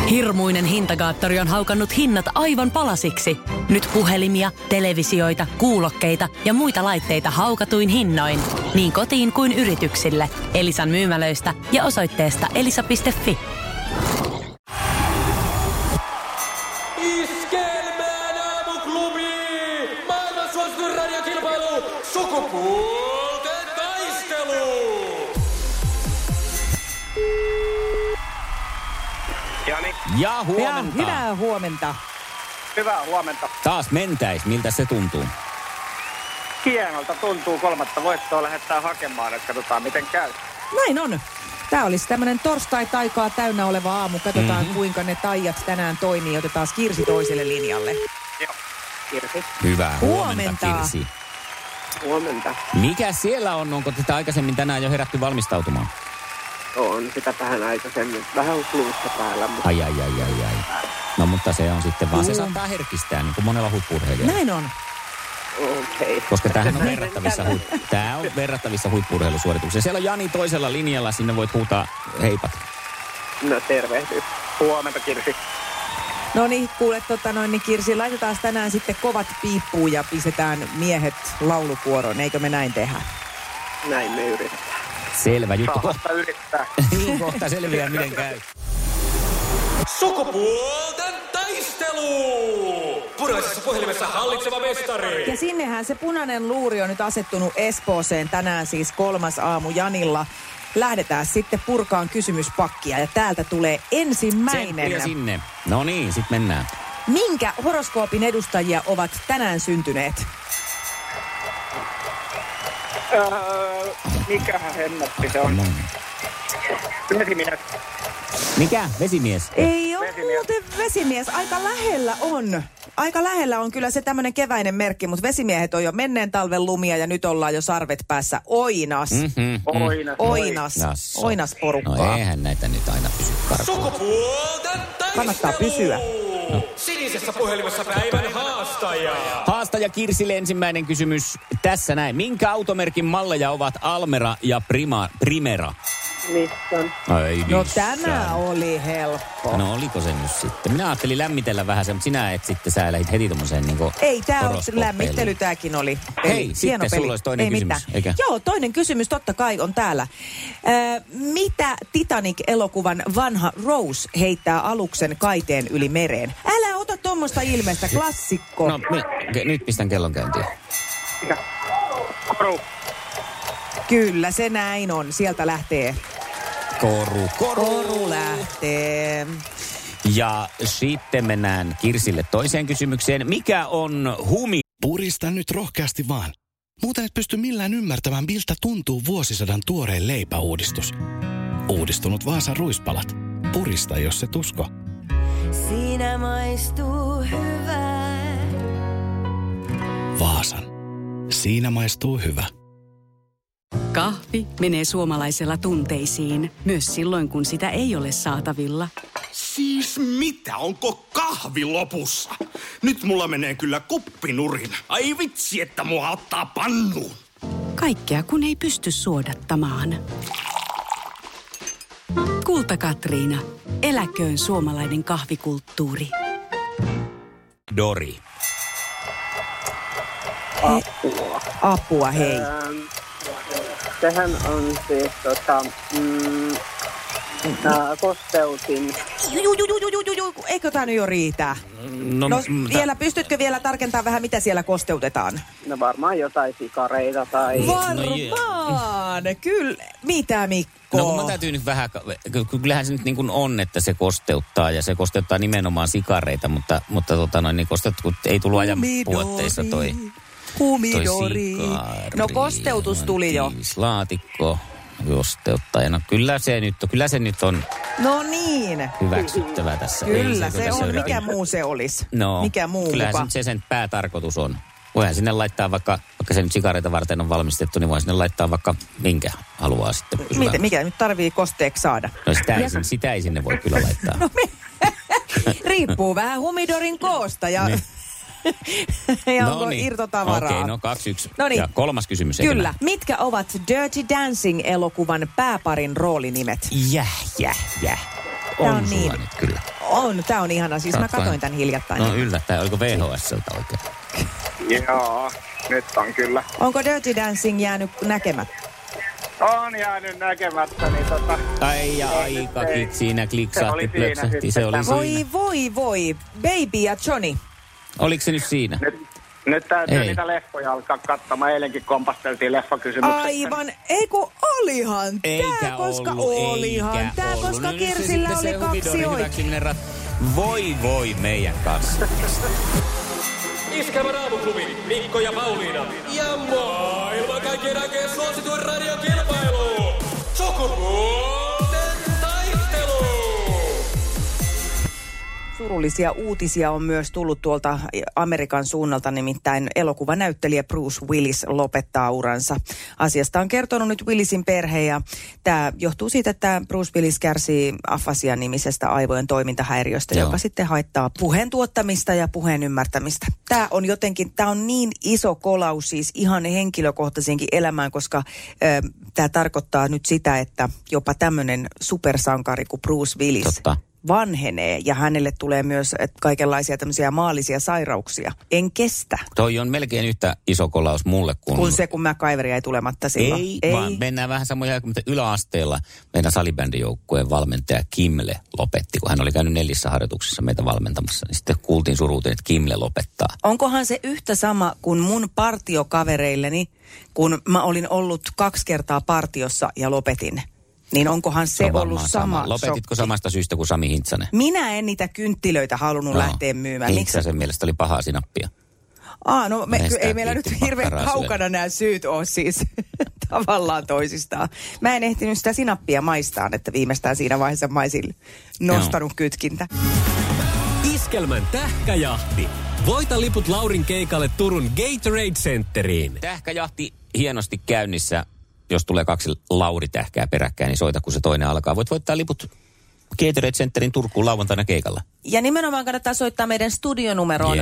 Hirmuinen hintakaattori on haukannut hinnat aivan palasiksi. Nyt puhelimia, televisioita, kuulokkeita ja muita laitteita haukatuin hinnoin. Niin kotiin kuin yrityksille. Elisan myymälöistä ja osoitteesta elisa.fi. Iskelmään aamuklubi! Maailman suosituin radiokilpailu! Sukupuolten taistelu! Jani. Ja huomenta. Ja hyvää huomenta. Hyvää huomenta. Taas mentäis. Miltä se tuntuu? Hienolta tuntuu, 3. voittoa lähdetään hakemaan, että katsotaan miten käy. Näin on. Tämä olisi tämmöinen torstai-taikaa täynnä oleva aamu. Katsotaan kuinka ne taijat tänään toimii. Otetaan Kirsi toiselle linjalle. Joo, Kirsi. Hyvää Huomenta. Kirsi. Huomenta. Mikä siellä on? Onko tätä aikaisemmin tänään jo herätty valmistautumaan? On sitä vähän aikaisemmin. Vähän fluussa päällä, mutta... Ai. No mutta se on sitten vaan, se saattaa herkistää niin kuin monella huippu-urheilijalla. Näin on. Okei. Koska tämähän on verrattavissa huippu-urheilusuoritukseen. Siellä on Jani toisella linjalla, sinne voit huutaa heipat. No tervehdys. Huomenta, Kirsi. No niin, kuule niin Kirsi, laitetaan tänään sitten kovat piippuun ja pistetään miehet laulukuoroon. Eikö me näin tehdä? Näin me yritetään. Selvä juttu. Saavasta yrittää. Niin kohta selviää, miten käy. Sukupuolten taistelu! Puraisessa puhelimessa hallitseva mestari. Ja sinnehän se punainen luuri on nyt asettunut Espooseen tänään siis 3. aamu Janilla. Lähdetään sitten purkaan kysymyspakkia ja täältä tulee ensimmäinen. Tsemppiä sinne. No niin, sit mennään. Minkä horoskoopin edustajia ovat tänään syntyneet? Mikähän hemmatti se on? Vesimies. Mikä? Vesimies? Ei ole Vesimies. muuten vesimies. Aika lähellä on. Aika lähellä on kyllä se tämmöinen keväinen merkki, mutta vesimiehet on jo menneen talven lumia ja nyt ollaan jo sarvet päässä. Oinas. Oinas porukkaa. No eihän näitä nyt aina pysy karkuun. Sukupuolten taistelu! Kannattaa pysyä. No. Sinisessä puhelimessa päivän haastaja. Haastaja Kirsille ensimmäinen kysymys. Tässä näin. Minkä automerkin malleja ovat Almera ja Primera? Nissan. Ai No Nissan. tämä oli helppo. No oliko se nyt sitten? Minä ajattelin lämmitellä vähän sen, mutta sinä et sitten, sä lähdit heti tommoseen niinku Ei, tämä on horoskooppeiluun. lämmittely, tämäkin oli peli. Hei, sitten sulla olisi toinen kysymys, mitään. eikä? Joo, toinen kysymys totta kai on täällä. Mitä Titanic-elokuvan vanha Rose heittää aluksen kaiteen yli mereen? Älä ota tuommoista ilmeistä, klassikko. No, nyt pistän kellon käyntiin. Mikä? Koru. Kyllä, se näin on. Sieltä lähtee. Koru lähtee. Ja sitten mennään Kirsille toiseen kysymykseen. Mikä on humi? Purista nyt rohkeasti vaan. Muuten et pysty millään ymmärtämään, miltä tuntuu vuosisadan tuoreen leipäuudistus. Uudistunut Vaasan ruispalat. Purista, jos et usko. Siinä maistuu hyvää. Vaasan. Siinä maistuu hyvä. Kahvi menee suomalaisella tunteisiin, myös silloin kun sitä ei ole saatavilla. Siis mitä? Onko kahvi lopussa? Nyt mulla menee kyllä kuppinurin. Ai vitsi, että mua ottaa pannuun. Kaikkea kun ei pysty suodattamaan. Kulta Katriina. Eläköön suomalainen kahvikulttuuri. Dori. Apua, hei. Sehän on siis kosteutin. Eikö tää nyt jo riitä? No vielä, pystytkö vielä tarkentamaan vähän, mitä siellä kosteutetaan? No varmaan jotain sikareita tai... Varmaan! Kyllä. Mitä, Mikko? No kun mä täytyy nyt vähän, kyllähän se nyt niin kuin on, että se kosteuttaa ja se kosteuttaa nimenomaan sikareita, mutta niin kosteuttaa, kun ei tullut ajan puotteissa toi Humidori. No kosteutus tuli jo. Laatikko kosteuttaa. No kyllä se nyt on No niin. hyväksyttävää tässä. Kyllä se on. Mikä muu se olisi? No, mikä muu kyllähän muka? se sen päätarkoitus on. Voihan sinne laittaa vaikka se nyt sikareita varten on valmistettu, niin voi sinne laittaa vaikka minkä haluaa sitten. Mikä nyt tarvii kosteeksi saada? No sitä ei sinne voi kyllä laittaa. No riippuu vähän humidorin koosta ja... Niin. ja onko irtotavaraa? Okei, no 2-1. Noniin. Ja kolmas kysymys. Kyllä. Mitkä ovat Dirty Dancing-elokuvan pääparin roolinimet? Jäh. On niin. sulla nyt kyllä. Tää on ihana. Siis mä katsoin tän hiljattain. No yllättäen. Oliko VHS:ltä oikein? Joo, nyt on kyllä. Onko Dirty Dancing jäänyt näkemättä? On jäänyt näkemättä, niin Ai ja aikakin siinä kliksahti, plöksähti. Se oli siinä. Voi. Baby ja Johnny. Oliko se nyt siinä? Nyt täytyy niitä leffoja alkaa katsomaan. Eilenkin kompasteltiin leffakysymykset. Aivan. Ei kun olihan tää, koska olihan tää, koska Kirsillä oli 2 oikein. Voi meidän kanssa. Iskelmän aamuklubi, Mikko ja Pauliina. Ja maailman kaikkien aikeen suosituen radiokilpailu. Sukupuolten taistelu. Surullisia uutisia on myös tullut tuolta Amerikan suunnalta, nimittäin elokuvanäyttelijä Bruce Willis lopettaa uransa. Asiasta on kertonut nyt Willisin perhe ja tämä johtuu siitä, että Bruce Willis kärsii afasian-nimisestä aivojen toimintahäiriöstä, joka sitten haittaa puheen tuottamista ja puheen ymmärtämistä. Tämä on niin iso kolaus siis ihan henkilökohtaisenkin elämään, koska tämä tarkoittaa nyt sitä, että jopa tämmöinen supersankari kuin Bruce Willis vanhenee ja hänelle tulee myös kaikenlaisia tämmöisiä maallisia sairauksia. En kestä. Toi on melkein yhtä iso kolaus mulle kuin se, kun MacGyver jäi tulematta silloin. Ei, vaan mennään vähän samoja, mutta yläasteella meidän salibändijoukkueen valmentaja Kimle lopetti, kun hän oli käynyt 4 harjoituksissa meitä valmentamassa. Niin sitten kuultiin suruuteen, että Kimle lopettaa. Onkohan se yhtä sama kuin mun partiokavereilleni, kun mä olin ollut 2 kertaa partiossa ja lopetin? Niin onkohan se ollut sama Lopetitko samasta syystä kuin Sami Hintsanen? Minä en niitä kynttilöitä halunnut lähteä myymään. Hintsasen mielestä oli pahaa sinappia. Ei meillä nyt hirveän kaukana nämä syyt ole siis tavallaan toisistaan. Mä en ehtinyt sitä sinappia maistaan, että viimeistään siinä vaiheessa mä olisin nostanut kytkintä. Iskelmän tähkäjahti. Voita liput Laurin keikalle Turun Gatorade Centeriin. Tähkäjahti hienosti käynnissä. Jos tulee 2 Lauri-tähkää peräkkäin, niin soita, kun se toinen alkaa. Voit voittaa liput Gatorade Centerin Turkuun lauantaina keikalla. Ja nimenomaan kannattaa soittaa meidän studionumeroon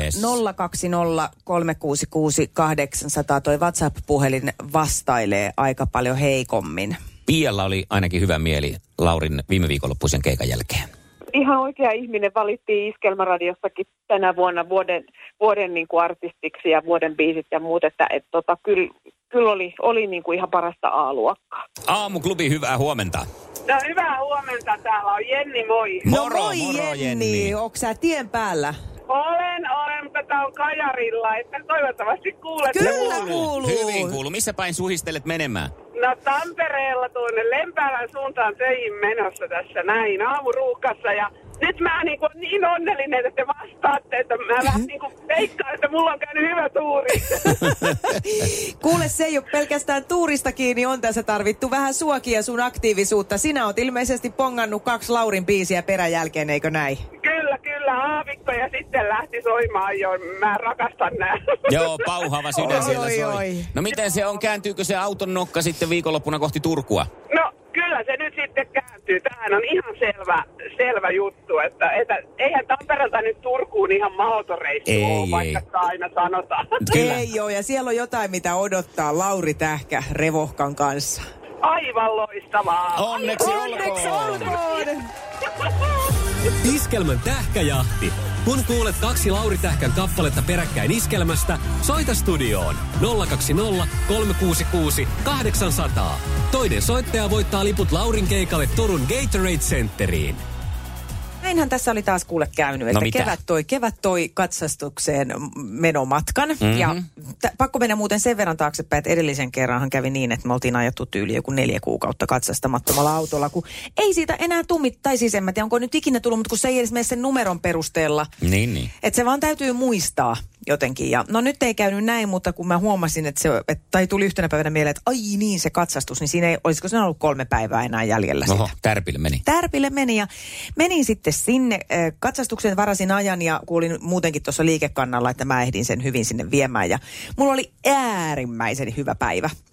020366800. Toi WhatsApp-puhelin vastailee aika paljon heikommin. Pialla oli ainakin hyvä mieli Laurin viime viikonloppuisen keikan jälkeen. Ihan oikea ihminen valittiin Iskelmäradiossakin tänä vuonna vuoden niin kuin artistiksi ja vuoden biisit ja muut, että kyllä oli niin kuin ihan parasta A-luokkaa. Aamuklubi, hyvää huomenta. No hyvää huomenta, täällä on Jenni, moi. Moro Jenni. Onko sä tien päällä? Olen, mutta tää on Kajarilla, että toivottavasti kuulet. Kyllä kuuluu. Hyvin kuuluu. Missä päin suhistelet menemään? No Tampereella tuonne Lempäälän suuntaan töihin menossa tässä näin aamuruuhkassa ja nyt mä niin onnellinen, että te vastaatte, että mä vähän veikkaan, että mulla on käynyt hyvä tuuri. Kuule, se ei ole pelkästään tuurista kiinni, on tässä tarvittu vähän suakia sun aktiivisuutta. Sinä oot ilmeisesti pongannut 2 Laurin biisiä peräjälkeen, eikö näin? Kyllä, aavikko ja sitten lähti soimaan jo. Mä rakastan nää. Joo, pauhava sydän siellä soi. No miten se on, kääntyykö se auton nokka sitten viikonloppuna kohti Turkua? No kyllä se nyt sitten kääntyy. Tämähän on ihan selvä juttu, että eihän Tampereelta nyt Turkuun ihan mahdotonreissu ole, vaikka aina sanotaan. Kyllä. Ei ole, ja siellä on jotain, mitä odottaa Lauri Tähkä Revohkan kanssa. Aivan loistavaa. Onneksi olkoon. Iskelmän tähkäjahti. Kun kuulet 2 Lauri Tähkän kappaletta peräkkäin iskelmästä, soita studioon 020 366 800. Toinen soittaja voittaa liput Laurin keikalle Turun Gatorade Centeriin. Näinhän tässä oli taas kuule käynyt, että kevät toi katsastukseen menomatkan. Mm-hmm. Ja pakko mennä muuten sen verran taaksepäin, että edellisen kerranhan kävi niin, että me oltiin ajettu tyyli joku 4 kuukautta katsastamattomalla autolla, kun ei siitä enää tai siis en mä tiedä, onko nyt ikinä tullut, mutta kun se ei edes mene sen numeron perusteella. Niin. Että se vaan täytyy muistaa jotenkin. Ja no nyt ei käynyt näin, mutta kun mä huomasin, tai tuli yhtenä päivänä mieleen, että ai niin se katsastus, niin siinä ei, olisiko se ollut 3 päivää enää jäljellä sitä. Tärpille meni ja menin sitten sinne katsastukseen, varasin ajan ja kuulin muutenkin tuossa liikekannalla, että mä ehdin sen hyvin sinne viemään ja mulla oli äärimmäisen hyvä päivä.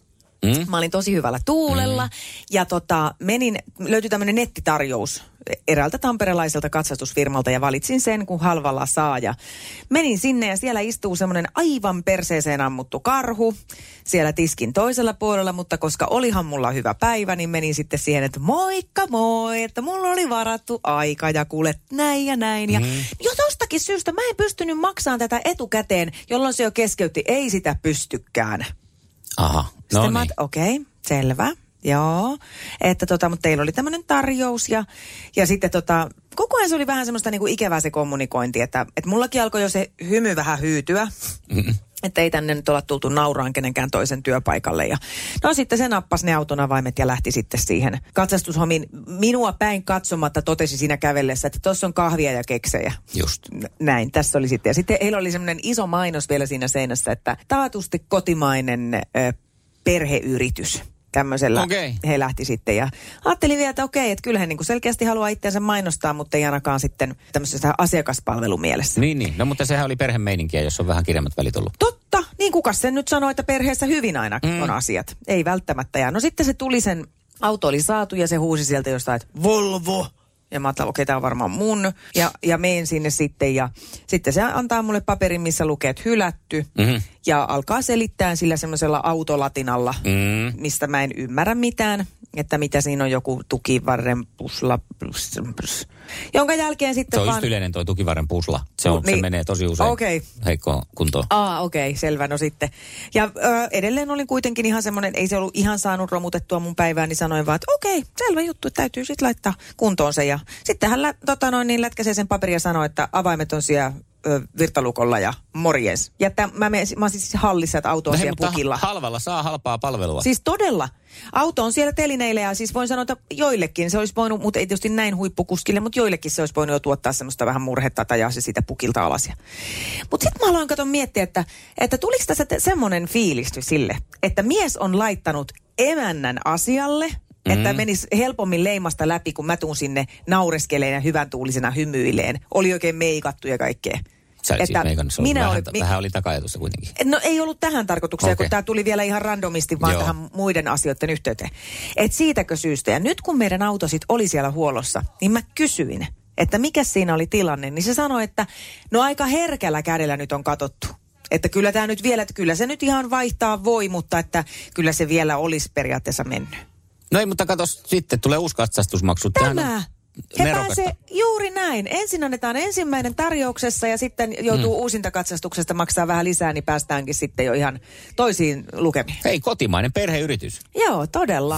Mä olin tosi hyvällä tuulella ja löytyi tämmöinen nettitarjous eräältä tamperelaiselta katsastusfirmalta ja valitsin sen, kun halvalla saa. Ja menin sinne ja siellä istuu semmoinen aivan perseeseen ammuttu karhu siellä tiskin toisella puolella, mutta koska olihan mulla hyvä päivä, niin menin sitten siihen, että moikka moi, että mulla oli varattu aika ja kuule näin ja näin. Ja jo tostakin syystä mä en pystynyt maksamaan tätä etukäteen, jolloin se jo keskeytti, ei sitä pystykään. Aha, no sitten niin. Okei, selvä. Joo, että mutta teillä oli tämmöinen tarjous ja sitten koko ajan se oli vähän semmoista niinku ikävää se kommunikointi, että mullakin alkoi jo se hymy vähän hyytyä, että ei tänne nyt olla tultu nauraan kenenkään toisen työpaikalle. Ja no sitten se nappasi ne autonavaimet ja lähti sitten siihen katsastushommiin. Minua päin katsomatta totesi siinä kävellessä, että tuossa on kahvia ja keksejä. Just. Näin, tässä oli sitten. Ja sitten heillä oli semmoinen iso mainos vielä siinä seinässä, että taatusti kotimainen perheyritys. Tämmöisellä he lähti sitten ja ajattelin vielä, että okei, että kyllä he niin selkeästi haluaa itseänsä mainostaa, mutta ei ainakaan sitten tämmöisessä asiakaspalvelumielessä. Niin, no mutta sehän oli perhemeininkiä, jos on vähän kirjemmat välit ollut. Totta, niin kukas sen nyt sanoo, että perheessä hyvin aina on asiat. Ei välttämättä. Ja no sitten se tuli auto oli saatu ja se huusi sieltä jostain, että Volvo. Ja mä ajattelin, okei, tämä on varmaan mun. Ja menen sinne sitten ja sitten se antaa mulle paperin, missä lukee, että hylätty. Ja alkaa selittää sillä semmoisella autolatinalla, mistä mä en ymmärrä mitään. Että mitä siinä on joku tukivarren pusla. Jonka jälkeen sitten se on just yleinen toi tukivarren pusla. Se menee tosi usein heikkoon kuntoon. Okei, selvä. No sitten. Ja edelleen olin kuitenkin ihan semmoinen, ei se ollut ihan saanut romutettua mun päivää, niin sanoin vaan, että okei, selvä juttu, täytyy sitten laittaa kuntoon se. Ja sitten hän lätkäsee sen paperin ja sanoi, että avaimet on siellä virtalukolla ja morjens. Ja mä oon siis hallissa, että auto on siellä pukilla. Halvalla saa halpaa palvelua. Siis todella. Auto on siellä telineillä ja siis voin sanoa, että joillekin se olisi voinut, mutta ei tietysti näin huippukuskille, mutta joillekin se olisi voinut jo tuottaa semmoista vähän murhetta tai se siitä pukilta alas. Mutta sitten mä aloin miettiä, että tuliko tässä semmoinen fiilis sille, että mies on laittanut emännän asialle, että menisi helpommin leimasta läpi, kun mä tuun sinne naureskeleen ja hyvän tuulisena hymyileen. Oli oikein meikattu ja kaikkea. Sä olit siis meikannut, vähän oli taka-ajatusta kuitenkin. No ei ollut tähän tarkoitukseen, kun tämä tuli vielä ihan randomisti vaan tähän muiden asioiden yhteyteen. Et siitäkö syystä. Ja nyt kun meidän auto sit oli siellä huollossa, niin mä kysyin, että mikä siinä oli tilanne. Niin se sanoi, että no aika herkällä kädellä nyt on katsottu. Että kyllä tämä nyt vielä, että kyllä se nyt ihan vaihtaa voi, mutta että kyllä se vielä olisi periaatteessa mennyt. No ei, mutta kato, sitten tulee uusi katsastusmaksu. He pääsee juuri näin. Ensin annetaan ensimmäinen tarjouksessa ja sitten joutuu uusintakatsastuksesta maksaa vähän lisää, niin päästäänkin sitten jo ihan toisiin lukemiin. Hei, kotimainen perheyritys. Joo, todella.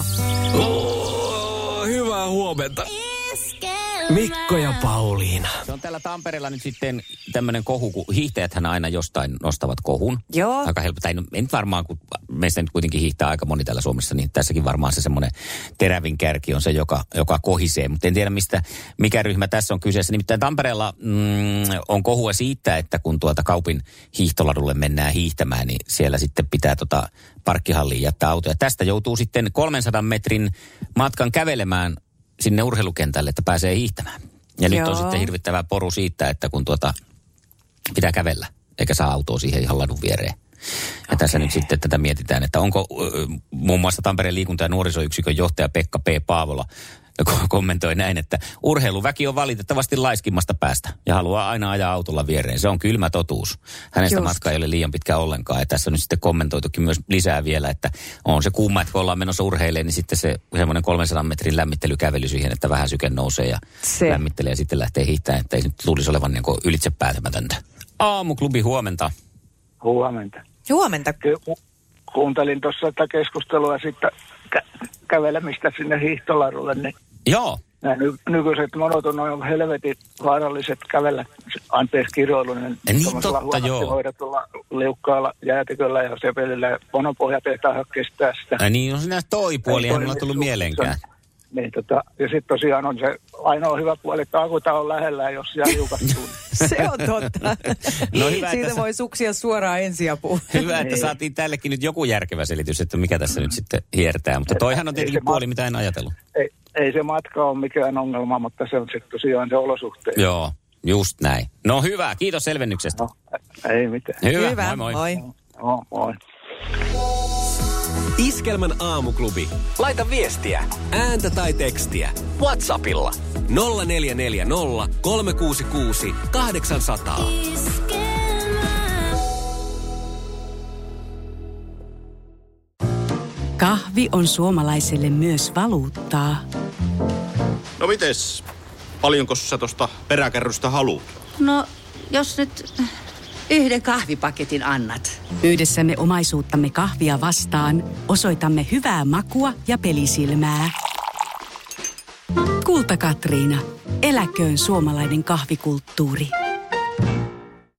Hyvää huomenta. Mikko ja Pauliina. Se on täällä Tampereella nyt sitten tämmöinen kohu, kun hiihtäjäthän aina jostain nostavat kohun. Joo. Aika helppo. Tai ei nyt varmaan, kun meistä nyt kuitenkin hiihtää aika moni täällä Suomessa, niin tässäkin varmaan se semmoinen terävin kärki on se, joka kohisee. Mutta en tiedä, mikä ryhmä tässä on kyseessä. Nimittäin Tampereella on kohua siitä, että kun Kaupin hiihtoladulle mennään hiihtämään, niin siellä sitten pitää parkkihalliin jättää autoja. Tästä joutuu sitten 300 metrin matkan kävelemään sinne urheilukentälle, että pääsee hiihtämään. Ja nyt on sitten hirvittävää poru siitä, että kun pitää kävellä, eikä saa autoa siihen ihan ladun viereen. Ja tässä nyt sitten tätä mietitään, että onko muun muassa Tampereen liikunta- ja nuorisoyksikön johtaja Pekka P. Paavola kommentoi näin, että urheiluväki on valitettavasti laiskimmasta päästä ja haluaa aina ajaa autolla viereen. Se on kylmä totuus. Hänestä matka ei ole liian pitkä ollenkaan. Ja tässä on nyt sitten kommentoitukin myös lisää vielä, että on se kumma, että kun ollaan menossa urheilemaan, niin sitten se semmoinen 300 metrin lämmittelykävely siihen, että vähän syke nousee ja lämmittelee ja sitten lähtee hiihtämään, että ei nyt luulisi olevan niin kuin ylitse päätämätöntä. Aamuklubi, huomenta. Huomenta. Huomenta. Kuuntelin tuossa tätä keskustelua sitten kävelemistä sinne hiihtoladulle, niin joo. Nämä nykyiset monot on helvetin vaaralliset kävellä, anteeksi kiroilunen, niin totta, joo. Hoidetulla liukkaalla jäätiköllä ja sepelillä monopohjat ei taida kestää sitä. Niin on siinä toi puoli, ei mulla tullut mieleenkään. Niin, ja sitten tosiaan on se ainoa hyvä puoli, että akuta on lähellä, jos siellä liukastuu. Se on totta. No hyvä, siitä voi suksia suoraan ensiapuun. Hyvä, että saatiin tällekin nyt joku järkevä selitys, että mikä tässä nyt sitten hiertää. Mutta toihan on tietenkin puoli, mitä en ajatellut. Ei se matka ole mikään ongelma, mutta se on sitten tosiaan se olosuhteet. Joo, just näin. No hyvä, kiitos selvennyksestä. No, ei mitään. Hyvä, moi moi. Moi. Iskelmän aamuklubi. Laita viestiä, ääntä tai tekstiä. WhatsAppilla 0440 366 800. Kahvi on suomalaiselle myös valuuttaa. No mites? Paljonko sä tosta peräkärrystä haluat? No, jos nyt yhden kahvipaketin annat. Yhdessämme omaisuuttamme kahvia vastaan osoitamme hyvää makua ja pelisilmää. Kulta Katriina. Eläköön suomalainen kahvikulttuuri.